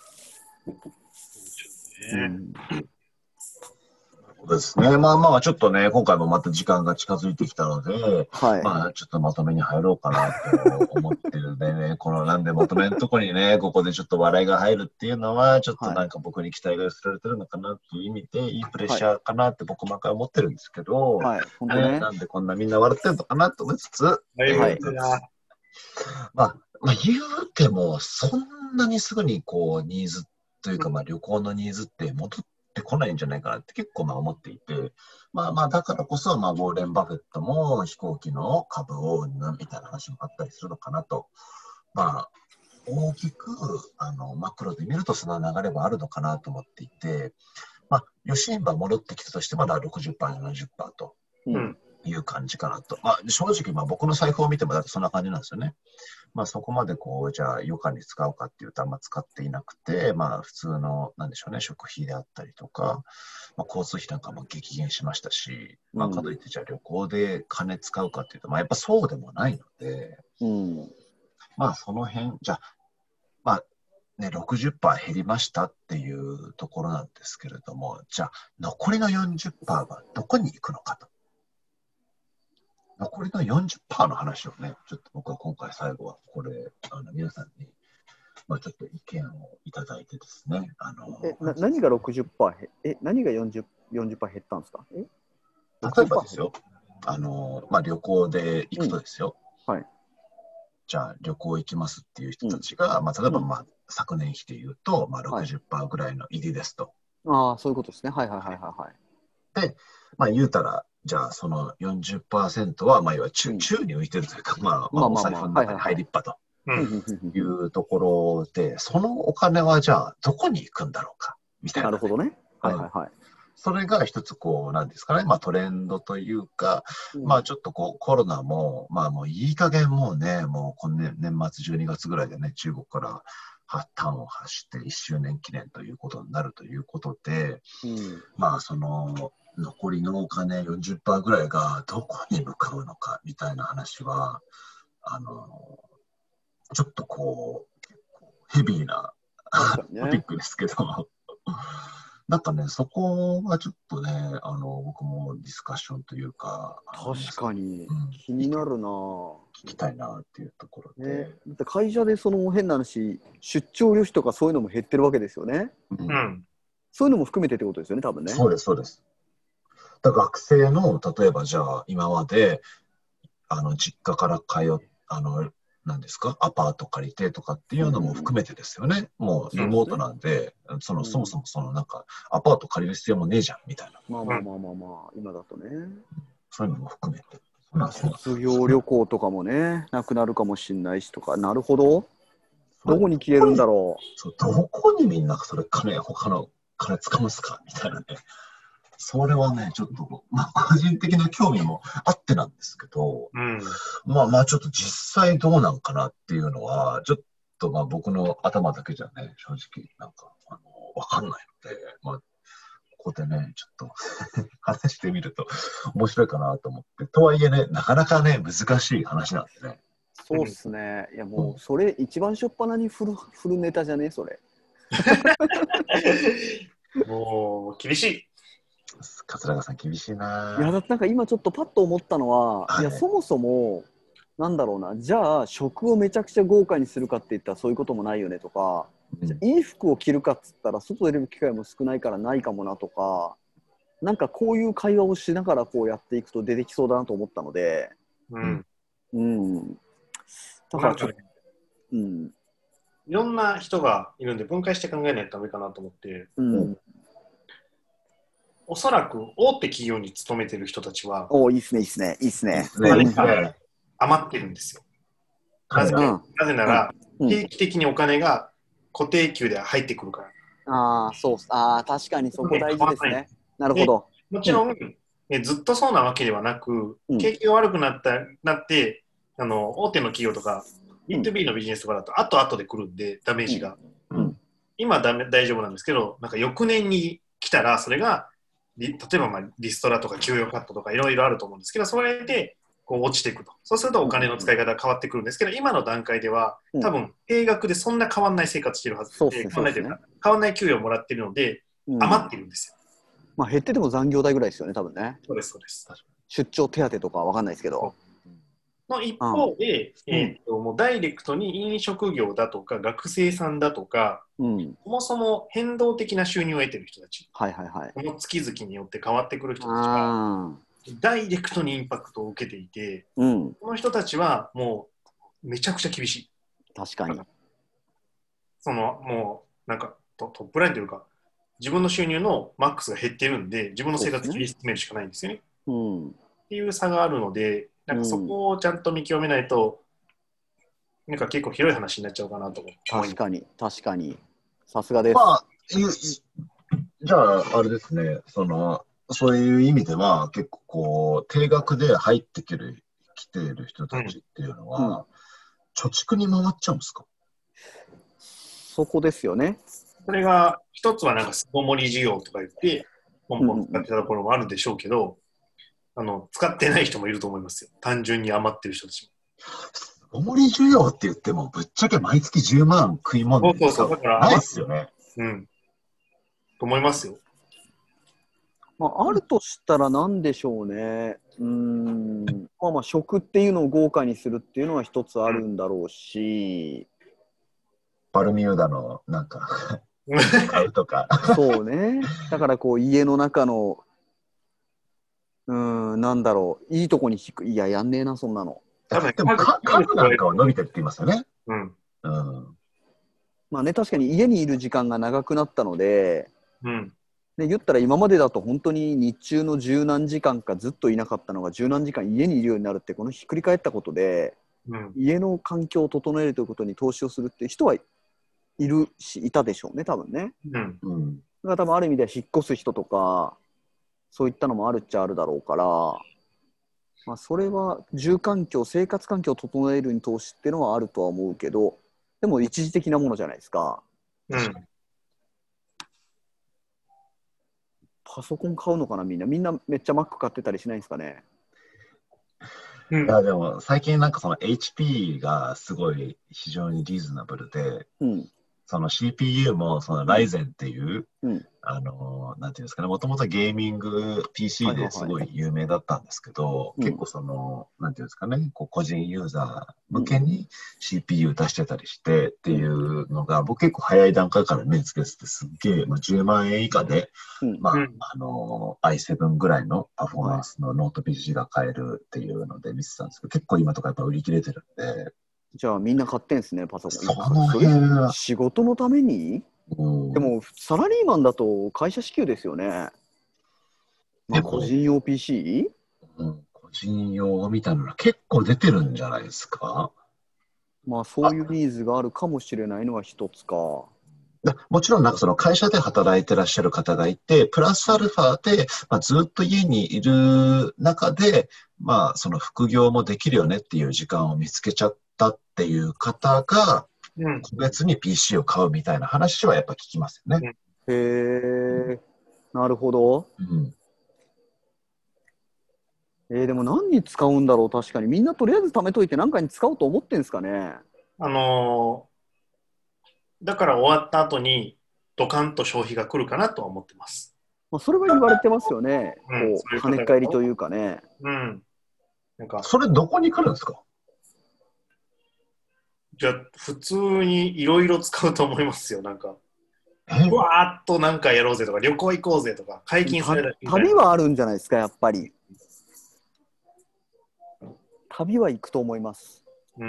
そうですね。まあまあ、ちょっとね、今回もまた時間が近づいてきたので、 はい。 まあ、ちょっとまとめに入ろうかなと思ってるんでね、なんでまとめのとこにね、ここでちょっと笑いが入るっていうのは、ちょっとなんか僕に期待が寄せられてるのかなっていう意味で、いいプレッシャーかなって僕毎回思ってるんですけど、 はい。本当ね。 なんでこんなみんな笑ってるのかなと思いつつ、 はいまあ、言うても、そんなにすぐにこう、ニーズというか、まあ、旅行のニーズって戻ってこないんじゃないかなって結構まあ思っていて、まあまあ、だからこそ、まあ、ウォーレン・バフェットも飛行機の株をみたいな話もあったりするのかなと。まあ、大きく、マクロで見るとその流れはあるのかなと思っていて、まあ、吉ンバ戻ってきたとしてまだ60%、70%という感じかなと。まあ、正直、まあ僕の財布を見てもだってそんな感じなんですよね。まあそこまでこう、じゃあ余暇に使うかっていうとあんま使っていなくて、まあ普通の、なんでしょうね、食費であったりとか、まあ交通費なんかも激減しましたし、まあかといってじゃあ旅行で金使うかっていうと、まあやっぱそうでもないので、まあその辺、じゃあ、まあね、60%減りましたっていうところなんですけれども、じゃあ残りの40%はどこに行くのかと。残りの40%の話をね、ちょっと僕は今回最後はこれ、皆さんに、まあ、ちょっと意見をいただいてですね。 何が60%何が40%減ったんですか？ 例えばですよ、まあ、旅行で行くとですよ、 はい。 じゃあ旅行行きますっていう人たちが、まあ、例えば、まあ、昨年比で言うと、まあ、60%ぐらいの入りですと。 ああ、そういうことですね。はいはいはいはい。 で、まあ、言うたら、じゃあその 40% は、まあ、要は宙に浮いてるというか、まあ、お財布の中に入りっぱというところで、そのお金はじゃあどこに行くんだろうか、みたいな。 なるほどね。はいはいはい。 それが一つこう、なんですかね、まあトレンドというか、まあちょっとこうコロナも、まあもういい加減もうね、もう今年、年末12月ぐらいでね、中国から端を発して1周年記念ということになるということで、まあその残りのお金40%ぐらいがどこに向かうのかみたいな話は、ちょっとこう、結構ヘビーなトピックですけど、なんかね、そこはちょっとね、僕もディスカッションというか、 確かに、気になるなぁ。 聞きたいなっていうところで。 だって会社でその変な話、出張旅費とかそういうのも減ってるわけですよね。そういうのも含めてってことですよね、多分ね。 そうです、そうです。だから学生の、例えばじゃあ、今まで、実家から何ですか、アパート借りてとかっていうのも含めてですよね。もうリモートなんで、そもそもそのなんか、アパート借りる必要もねえじゃん、みたいな。 まあ、今だとね。 そういうのも含めて。 卒業旅行とかもね、なくなるかもしれないしとか、なるほど。どこに消えるんだろう。 どこにみんなそれ他の金使うんすかみたいなね。それはね、ちょっと、まあ、個人的な興味もあってなんですけど、まあちょっと実際どうなんかなっていうのは、ちょっとまあ僕の頭だけじゃね、正直なんか、わかんないので、まあ、ここでね、ちょっと話してみると面白いかなと思って。とはいえね、なかなかね、難しい話なんでね。 そうっすね。いやもう、それ一番しょっぱなに振るネタじゃねそれ。 もう、厳しい。 桂川さん厳しいな。 いや、だってなんか今ちょっとパッと思ったのは、いや、そもそも、なんだろうな、じゃあ食をめちゃくちゃ豪華にするかって言ったらそういうこともないよねとか、いい服を着るかっつったら外で出る機会も少ないからないかもなとか、なんかこういう会話をしながらこうやっていくと出てきそうだなと思ったので、だからちょっと、 いろんな人がいるんで分解して考えないとダメかなと思って、おそらく大手企業に勤めてる人たちは、 いいっすね、いいっすね、いいっすね。 余ってるんですよ。なぜなら、定期的にお金が固定給で入ってくるから。 確かにそこ大事ですね。なるほど。 もちろん、ずっとそうなわけではなく、景気が悪くなって、大手の企業とか、B2B のビジネスとかだと、後々で来るんで、ダメージが。今大丈夫なんですけど、なんか翌年に来たら、それが、例えばリストラとか給与カットとかいろいろあると思うんですけど、それでこう落ちていくと。そうするとお金の使い方が変わってくるんですけど、今の段階では、多分、定額でそんな変わんない生活してるはずで、変わんないというか、変わんない給与をもらってるので、余ってるんですよ。 まあ減ってても残業代ぐらいですよね、多分ね。 そうです、そうです。 出張手当とかわかんないですけど。 の一方で、もうダイレクトに飲食業だとか学生さんだとか、そもそも変動的な収入を得ている人たち、この月々によって変わってくる人たちは、ダイレクトにインパクトを受けていて、この人たちはもうめちゃくちゃ厳しい。 確かに。 もうなんかトップラインというか、自分の収入のマックスが減ってるんで、自分の生活を切り詰めるしかないんですよね。っていう差があるので、なんかそこをちゃんと見極めないと、なんか結構広い話になっちゃうかなと思って。 確かに、確かに。さすがです。 まあ、じゃあ、あれですね、そういう意味では、結構こう、定額で入ってきている人たちっていうのは、貯蓄に回っちゃうんですか？ そこですよね。 それが、一つはなんか巣ごもり需要とか言って、ポンポン使ってたところもあるでしょうけど、使ってない人もいると思いますよ。単純に余ってる人たちも。 巣ごもり需要って言っても、ぶっちゃけ毎月10万食い物で使うないですよね。 と思いますよ。 まあ、あるとしたら何でしょうね。まあ食っていうのを豪華にするっていうのは一つあるんだろうし、 バルミューダのなんか買うとか。 そうね。だからこう家の中のなんだろう、いいとこに引く。いや、やんねえな、そんなの。 でも、家具なんかは伸びてって言いますよね。 まあね、確かに家にいる時間が長くなったので、言ったら今までだと本当に日中の十何時間かずっといなかったのが十何時間家にいるようになるって、このひっくり返ったことで、家の環境を整えるということに投資をするっていう人はいるし、いたでしょうね、多分ね。だから多分ある意味では引っ越す人とか、そういったのもあるっちゃあるだろうから、まあ、それは住環境、生活環境を整えるに投資っていうのはあるとは思うけど、でも一時的なものじゃないですか。パソコン買うのかな、みんなめっちゃ Mac 買ってたりしないんですかね。 いや、でも最近なんかHP がすごい非常にリーズナブルで、CPU もライゼンっていう、なんていうんですかね、もともとゲーミング PC ですごい有名だったんですけど、結構なんていうんですかね、個人ユーザー向けに CPU 出してたりしてっていうのが、僕結構早い段階から目つけててすっげえ、10万円以下で、i7 ぐらいのパフォーマンスのノート PC が買えるっていうので見てたんですけど、結構今とかやっぱ売り切れてるんで、 じゃあみんな買ってんすね、パソコン。 その辺は仕事のために、でもサラリーマンだと会社支給ですよね。個人用 PC？ 個人用みたいなの結構出てるんじゃないですか。 まあそういうニーズがあるかもしれないのは一つか。 もちろんなんか会社で働いてらっしゃる方がいて、プラスアルファで、ずっと家にいる中で、副業もできるよねっていう時間を見つけちゃったっていう方が、個別に PC を買うみたいな話はやっぱ聞きますよね。 へえ、なるほど。でも何に使うんだろう。確かにみんなとりあえず貯めといて何かに使おうと思ってんですかね。 だから終わった後にドカンと消費が来るかなとは思ってます。 それは言われてますよね。跳ね返りというかね。 なんかそれどこに来るんですか？ じゃあ普通にいろいろ使うと思いますよ。なんかうわーっとなんかやろうぜとか旅行行こうぜとか解禁される旅はあるんじゃないですか、やっぱり。旅は行くと思います。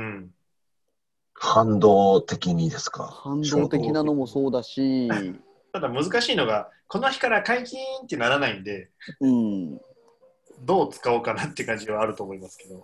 反動的にですか？ 反動的なのもそうだし。 ただ難しいのが、この日から解禁ってならないんで、どう使おうかなって感じはあると思いますけど。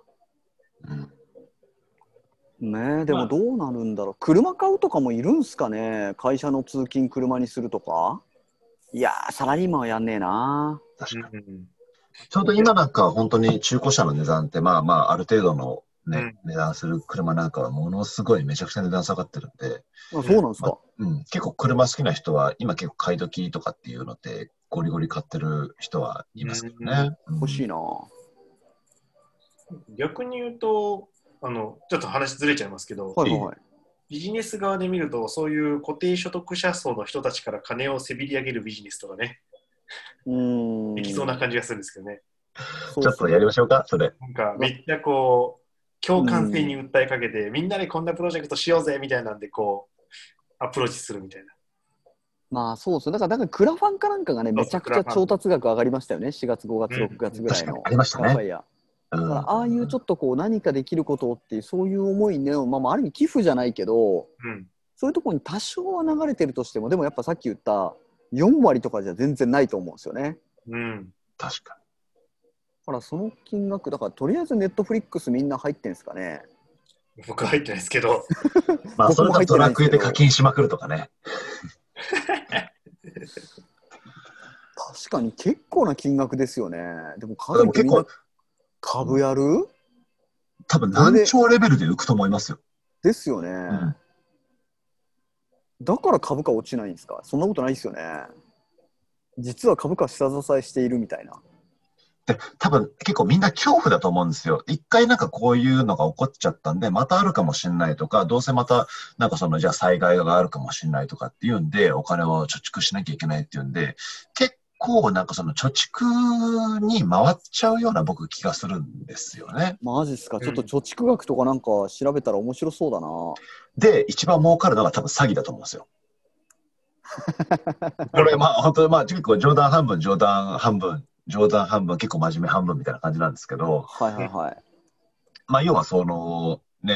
でもどうなるんだろう。車買うとかもいるんすかね。会社の通勤車にするとか。いやー、サラリーマンはやんねえな。 確かに。ちょうど今なんか本当に中古車の値段ってある程度の値段する車なんかはものすごいめちゃくちゃ値段下がってるんで。 そうなんですか。 結構車好きな人は今結構買い時とかっていうのでゴリゴリ買ってる人はいますけどね。 欲しいな。 逆に言うと、ちょっと話ずれちゃいますけど、 はいはいはい。 ビジネス側で見ると、そういう固定所得者層の人たちから金をせびり上げるビジネスとかね、できそうな感じがするんですけどね。 ちょっとやりましょうか、それ。 なんかめっちゃこう、共感性に訴えかけて、みんなでこんなプロジェクトしようぜみたいなんで、こう、アプローチするみたいな。 まあそうですね。だからクラファンかなんかがね、めちゃくちゃ調達額上がりましたよね。4月、5月、6月ぐらいの。 確かにありましたね。 クラファイヤー。だからああいうちょっとこう何かできることっていうそういう思いね、まあ、ある意味寄付じゃないけど、そういうところに多少は流れてるとしても、でもやっぱさっき言った4割とかじゃ全然ないと思うんですよね。 確かに。 だからその金額、だからとりあえずネットフリックスみんな入ってんですかね。 僕は入ってないですけど。 まあそれとドラクエで課金しまくるとかね。 確かに結構な金額ですよね。でも結構株やる？ 多分何兆レベルで浮くと思いますよ。 ですよね。だから株価落ちないんですか？そんなことないですよね。実は株価下支えしているみたいな。 で、多分結構みんな恐怖だと思うんですよ。一回なんかこういうのが起こっちゃったんで、またあるかもしれないとか、どうせまたなんかじゃあ災害があるかもしれないとかっていうんで、お金を貯蓄しなきゃいけないっていうんで、結構なんか貯蓄に回っちゃうような僕気がするんですよね。 マジっすか。ちょっと貯蓄額とかなんか調べたら面白そうだな。 で、一番儲かるのが多分詐欺だと思うんですよ。これまあ本当に結構冗談半分、結構真面目半分みたいな感じなんですけど、 はいはいはい。 要はね、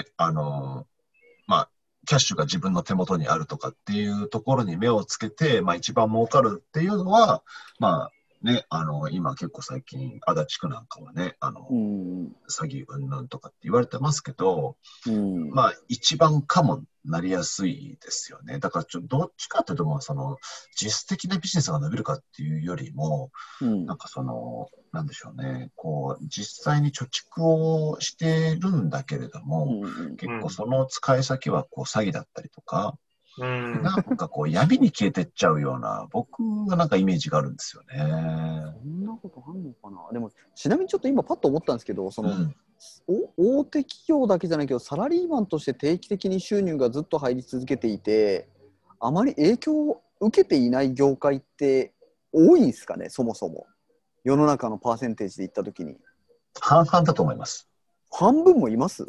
キャッシュが自分の手元にあるとかっていうところに目をつけて、一番儲かるっていうのは、ね、今結構最近、足立区なんかはね、詐欺云々とかって言われてますけど、一番かもなりやすいですよね。だからどっちかというと、実質的なビジネスが伸びるかっていうよりも、なんかなんでしょうね、実際に貯蓄をしてるんだけれども、結構その使い先は詐欺だったりとか、なんか闇に消えてっちゃうような、僕はなんかイメージがあるんですよね。 そんなことあんのかな。でも、ちなみにちょっと今パッと思ったんですけど、大手企業だけじゃないけど、サラリーマンとして定期的に収入がずっと入り続けていて、あまり影響を受けていない業界って多いんですかね、そもそも。世の中のパーセンテージで言ったときに。 半々だと思います。 半分もいます？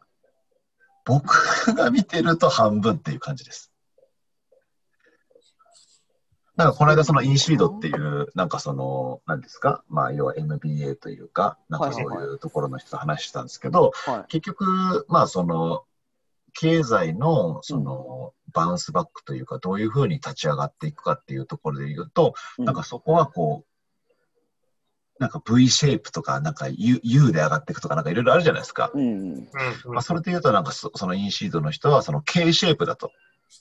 僕が見てると半分っていう感じです。なんかこの間インシードっていう、なんか何ですか、要は MBA というか、なんかそういうところの人と話したんですけど、結局、経済のバウンスバックというか、どういうふうに立ち上がっていくかっていうところで言うと、なんかそこはなんか V シェイプとか、なんか U で上がっていくとか、なんかいろいろあるじゃないですか。それで言うと、なんかそのインシードの人は、K シェイプだと。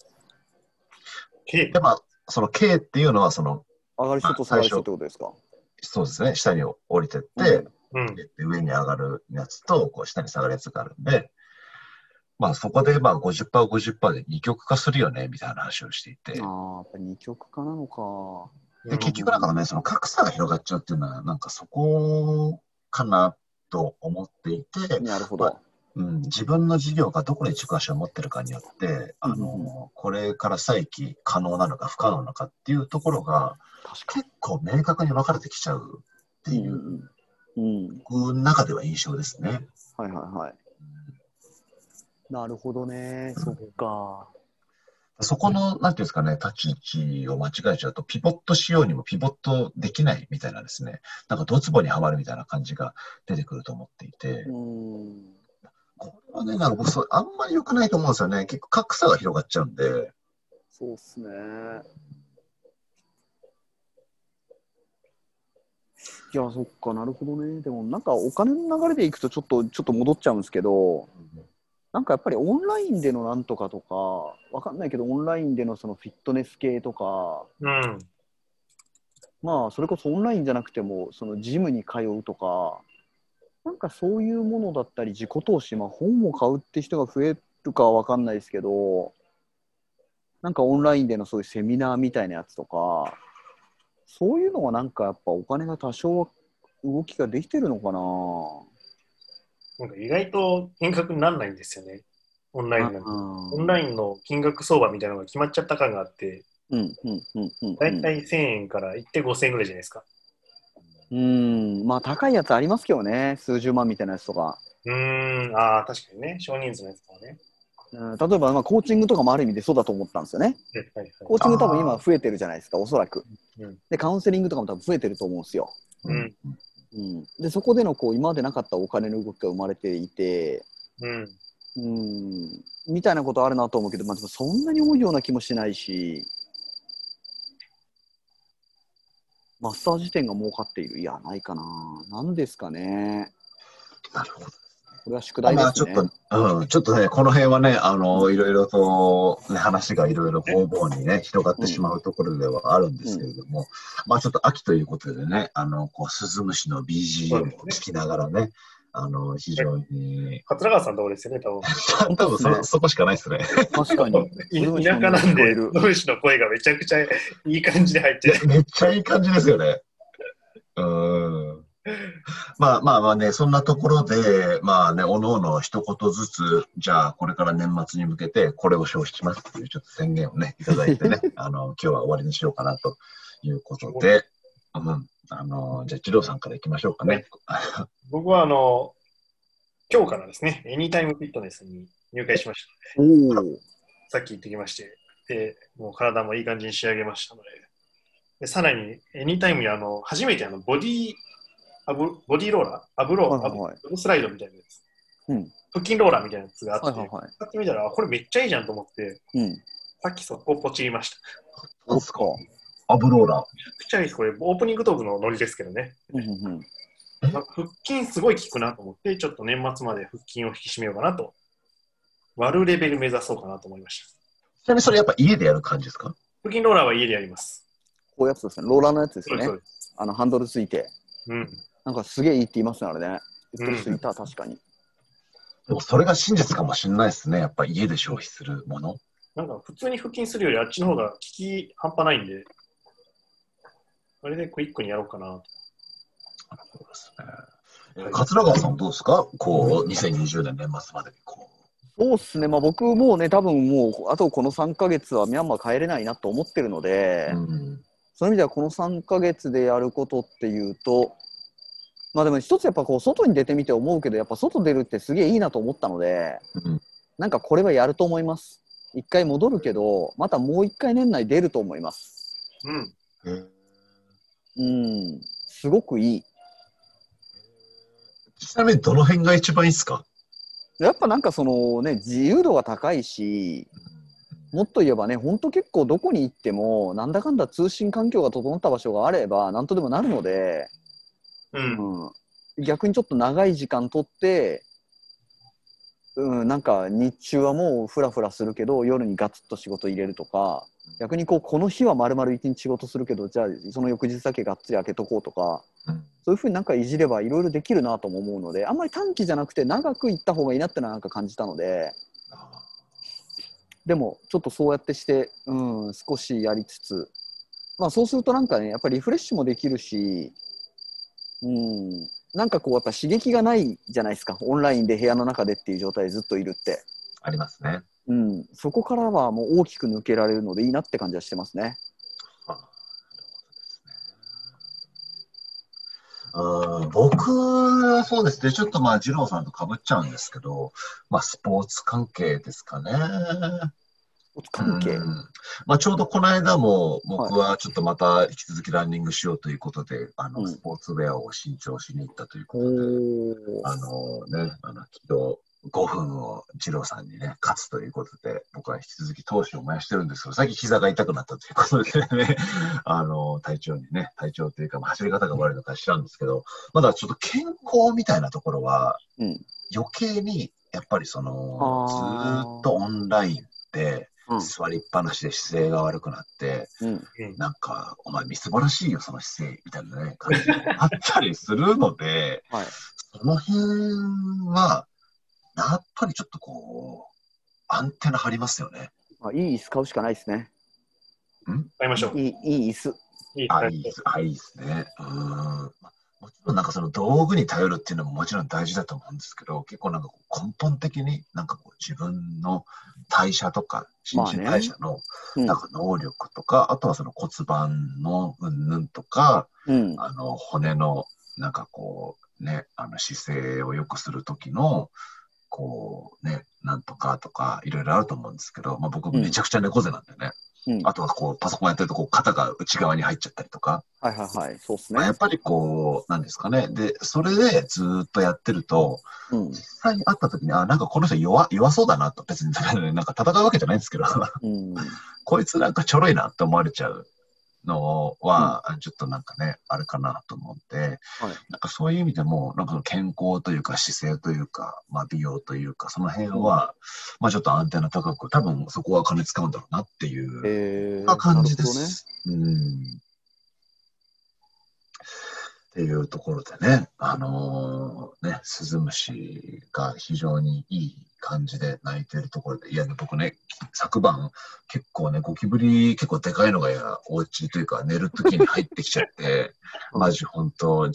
で、その K っていうのは、 上がる人と下がる人ってことですか？ そうですね。下に降りてって、上に上がるやつと、下に下がるやつがあるんで、そこで50%、50%で二極化するよね、みたいな話をしていて。 やっぱり二極化なのか。 で、結局なんかね、格差が広がっちゃうっていうのは、なんかそこかなと思っていて、 なるほど。 自分の事業がどこに軸足を持ってるかによって、これから再起可能なのか不可能なのかっていうところが、結構明確に分かれてきちゃうっていう、僕の中では印象ですね。 はいはいはい。なるほどね。そっか。 そこの、なんていうんですかね、立ち位置を間違えちゃうと、ピボットしようにもピボットできないみたいなですね、なんかドツボにはまるみたいな感じが出てくると思っていて、これはね、なんか僕あんまり良くないと思うんですよね。結構格差が広がっちゃうんで。 そうっすね。いや、そっか、なるほどね。でもなんかお金の流れでいくとちょっと戻っちゃうんですけど、なんかやっぱりオンラインでのなんとかとか、わかんないけど、オンラインでのそのフィットネス系とか、それこそオンラインじゃなくても、そのジムに通うとか、なんかそういうものだったり、自己投資、本を買うって人が増えるかはわかんないですけど、なんかオンラインでのそういうセミナーみたいなやつとか、そういうのはなんかやっぱお金が多少動きができてるのかな。 なんか意外と見学にならないんですよね。オンラインなんで。 あオンラインの金額相場みたいなのが決まっちゃった感があって、 うんうんうんうんだいたい1000円から行って5000円ぐらいじゃないですか。 まあ高いやつありますけどね、数十万みたいなやつとか。 ああ、確かにね。少人数のやつとかね。 例えば、まあ、コーチングとかもある意味でそうだと思ったんですよね。 はいはいコーチング多分今増えてるじゃないですか、おそらく。 うんで、カウンセリングとかも多分増えてると思うんですよ。 うんで、そこでのこう今までなかったお金の動きが生まれていて、 うんみたいなことあるなと思うけど、まあ、でもそんなに多いような気もしないし、マッサージ店が儲かっている。いや、ないかな。なんですかね。 なるほど。 これは宿題ですね。 ちょっとね、この辺はね、いろいろと、ね、話がいろいろ方々にね、広がってしまうところではあるんですけれども、まあちょっと秋ということでね、こう、鈴虫の BGM を聞きながらね、非常に。 桂川さんどうですよね、多分。 多分そこしかないですね。 確かに。 田舎なんで、鈴虫の声がめちゃくちゃいい感じで入ってる。 めっちゃいい感じですよね。まあね、そんなところで、まあね、おのおの一言ずつ、じゃあこれから年末に向けてこれを消費しますっていうちょっと宣言をね、いただいてね、今日は終わりにしようかなということで、じゃあ、一郎さんからいきましょうかね。 僕は今日からですね、エニタイムフィットネスに入会しましたので、さっき行ってきまして、で、もう体もいい感じに仕上げましたので、さらにエニタイムに初めてボディローラー、アブスライドみたいなやつ、腹筋ローラーみたいなやつがあって、使ってみたら、これめっちゃいいじゃんと思って、さっきそこをポチりました。 そうですか。アブローラー。 めちゃくちゃいいです。これ、オープニングトークのノリですけどね。腹筋すごい効くなと思って、ちょっと年末まで腹筋を引き締めようかなと、割るレベル目指そうかなと思いました。 ちなみにそれやっぱ家でやる感じですか？ 腹筋ローラーは家でやります。 こういうやつですね。ローラーのやつですよね。ハンドルついて。なんかすげえいいって言いますね、あれね。言ってる人いた、確かに。 でもそれが真実かもしれないですね。やっぱ家で消費するもの。 なんか普通に腹筋するよりあっちの方が効き半端ないんで、あれでクイックにやろうかなと。 そうですね。桂川さんどうですか？こう、2020年年末までにこう。そうですね。まあ僕もね、多分もう、あとこの3ヶ月はミャンマー帰れないなと思ってるので、そういう意味ではこの3ヶ月でやることっていうと、まあでも一つやっぱこう外に出てみて思うけど、やっぱ外出るってすげえいいなと思ったので、なんかこれはやると思います。一回戻るけど、またもう一回年内出ると思います。すごくいい。 ちなみにどの辺が一番いいですか？ やっぱなんかそのね、自由度が高いし、もっと言えばね、ほんと結構どこに行っても、なんだかんだ通信環境が整った場所があれば、なんとでもなるので、逆にちょっと長い時間とって、なんか日中はもうフラフラするけど、夜にガツッと仕事入れるとか、逆にこの日は丸々一日仕事するけど、じゃあその翌日だけがっつり開けとこうとか、そういうふうになんかいじればいろいろできるなとも思うので、あんまり短期じゃなくて長く行った方がいいなってのはなんか感じたので、でもちょっとそうやってして、少しやりつつ、まあそうするとなんかね、やっぱりリフレッシュもできるし、なんかこうやっぱ刺激がないじゃないですか、オンラインで部屋の中でっていう状態でずっといるって。 ありますね。 そこからはもう大きく抜けられるのでいいなって感じはしてますね。 僕はそうですね、ちょっとまあ二郎さんと被っちゃうんですけど、まあスポーツ関係ですかね。 スポーツ関係、 まあ、ちょうどこの間も僕はちょっとまた引き続きランニングしようということで、スポーツウェアを新調しに行ったということで、昨日5分を二郎さんにね、勝つということで、僕は引き続き闘志を燃やしてるんですけど、最近膝が痛くなったということでね、体調というか、走り方が悪いのか知らんですけど、まだちょっと健康みたいなところは、余計に、やっぱりずーっとオンラインで、座りっぱなしで姿勢が悪くなって、なんか、お前みすぼらしいよ、その姿勢、みたいなね、感じがあったりするので、その辺は、やっぱりちょっとこう、アンテナ張りますよね。 いい椅子買うしかないですね。 買いましょう。 いい椅子。 いい椅子ね。 もちろんなんかその道具に頼るっていうのももちろん大事だと思うんですけど、結構なんかこう根本的になんかこう自分の代謝とか、新陳代謝のうん。 なんか能力とか、あとはその骨盤の云々とか、 うん。 骨のなんかこうね、姿勢を良くするときの、こうね、なんとかとか、いろいろあると思うんですけど、まあ僕うん。 めちゃくちゃ猫背なんでね。 うん。 あとはこう、パソコンやってるとこう、肩が内側に入っちゃったりとか、 はいはいはい。そうっすまあ、やね。 っぱりこう、なんですかね。で、それでずーっとやってると、 うん。 実際に会った時に、あ、なんかこの人弱そうだなと、別になんか戦うわけじゃないんですけど、 うん。 こいつなんかちょろいなって思われちゃうのうん。 は、ちょっとなんかね、あるかなと思って、 はい。 なんかそういう意味でも、なんか健康というか姿勢というか、まあ美容というか、その辺うん。 は、まあちょっとアンテナ高く、多分そこは金使うんだろうなっていう、そんなな感じるほどね。 です。っていうところでね、ね、スズムシが非常にいい感じで鳴いてるところで、いやね、僕ね、昨晩結構ね、ゴキブリ結構でかいのがお家というか寝るときに入ってきちゃって、 うん。 マジ本当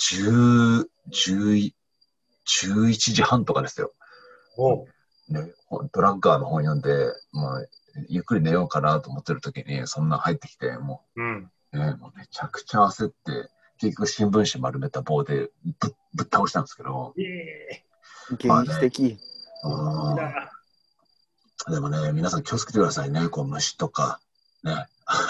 10、11、11時半とかですよ。 おう。 ね、ドラッガーの本読んで、まあ、ゆっくり寝ようかなと思ってるときに、そんな入ってきて、もうん。 う、ね、もうめちゃくちゃ焦って、結局新聞紙丸めた棒でぶっ倒したんですけど、 ええ、 原まあね、 始的。 いいな。 でもね、皆さん気をつけてくださいね、こう虫とか、ね、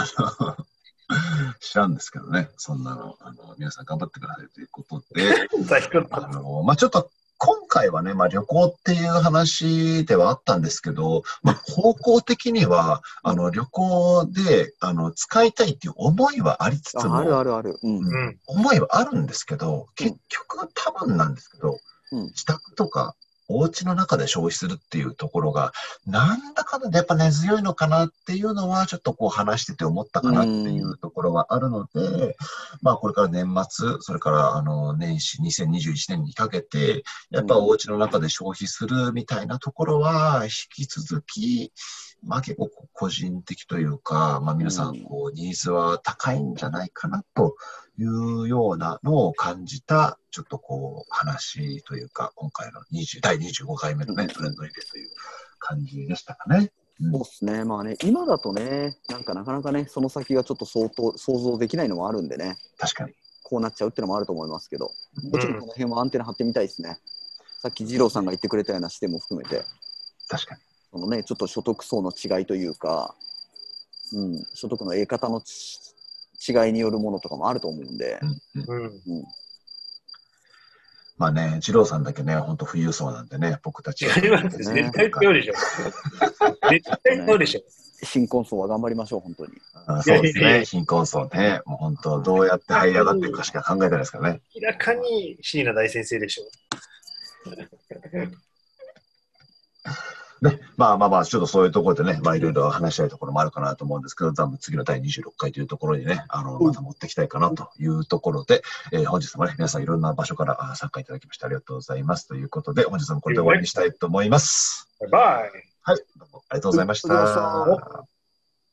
知らんですけどね、そんなの、皆さん頑張ってくださいということで、 最高だった。 まあちょっと、今回はね、まあ旅行っていう話ではあったんですけど、まあ方向的には、 うん。 旅行で、使いたいっていう思いはありつつあ、あるも、 あるある。うん。 うん、 うん。 思いはあるんですけど、結うん。 局多分なんですけど、 うん。 自宅とかお家の中で消費するっていうところが、なんだかんだでやっぱ根強いのかなっていうのは、ちょっとこう話してて思ったうかなっていん。 うところはあるので、まあこれから年末、それから年始2021年にかけて、やっぱおうん。 家の中で消費するみたいなところは、引き続き、まあ結構個人的というか、まあ皆さんうん。 こうニーズは高いんじゃないかなというようなのを感じた、ちょっとこう話というか、今回の第25回目のね、トレンドリレーという感じでしたかね。うん、 そうっすね。まあね、今だとね、なんかなかなかね、その先がちょっと想像できないのもあるんでね、 確かに。 こうなっちゃうっていうのもあると思いますけど、もちろんこうん。 の辺はアンテナ張ってみたいですね。さっき二郎さんが言ってくれたような視点も含めて、 確かに。 そのね、ちょっと所得層の違いというか、うん、所得の得方の違いによるものとかもあると思うんで、 うんうん、 うん。 うん、 まあね、二郎さんだけね、本当富裕層なんでね、僕たちは違います。 どうやって絶ね、 対違うでしょ。絶対違うでしょ。 新婚層は頑張りましょう、本当に。 いやそうですね、 いやいや、 貧困層ね、もう本当どうやって明ら這い上がっていくかに、 かしか考えてないですからね。 明らかに椎名大先生でしょ。 ね、まあまあまあ、ちょっとそういうところでね、まあいろいろ話したいところもあるかなと思うんですけど、多分次の第26回というところにね、また持っていきたいかなというところで、本日もね、皆さんいろんな場所から参加いただきましてありがとうございますということで、本日もこれで終わりにしたいと思います。 バイバイ。 はい、どうもありがとうございましありがとうございました。 た。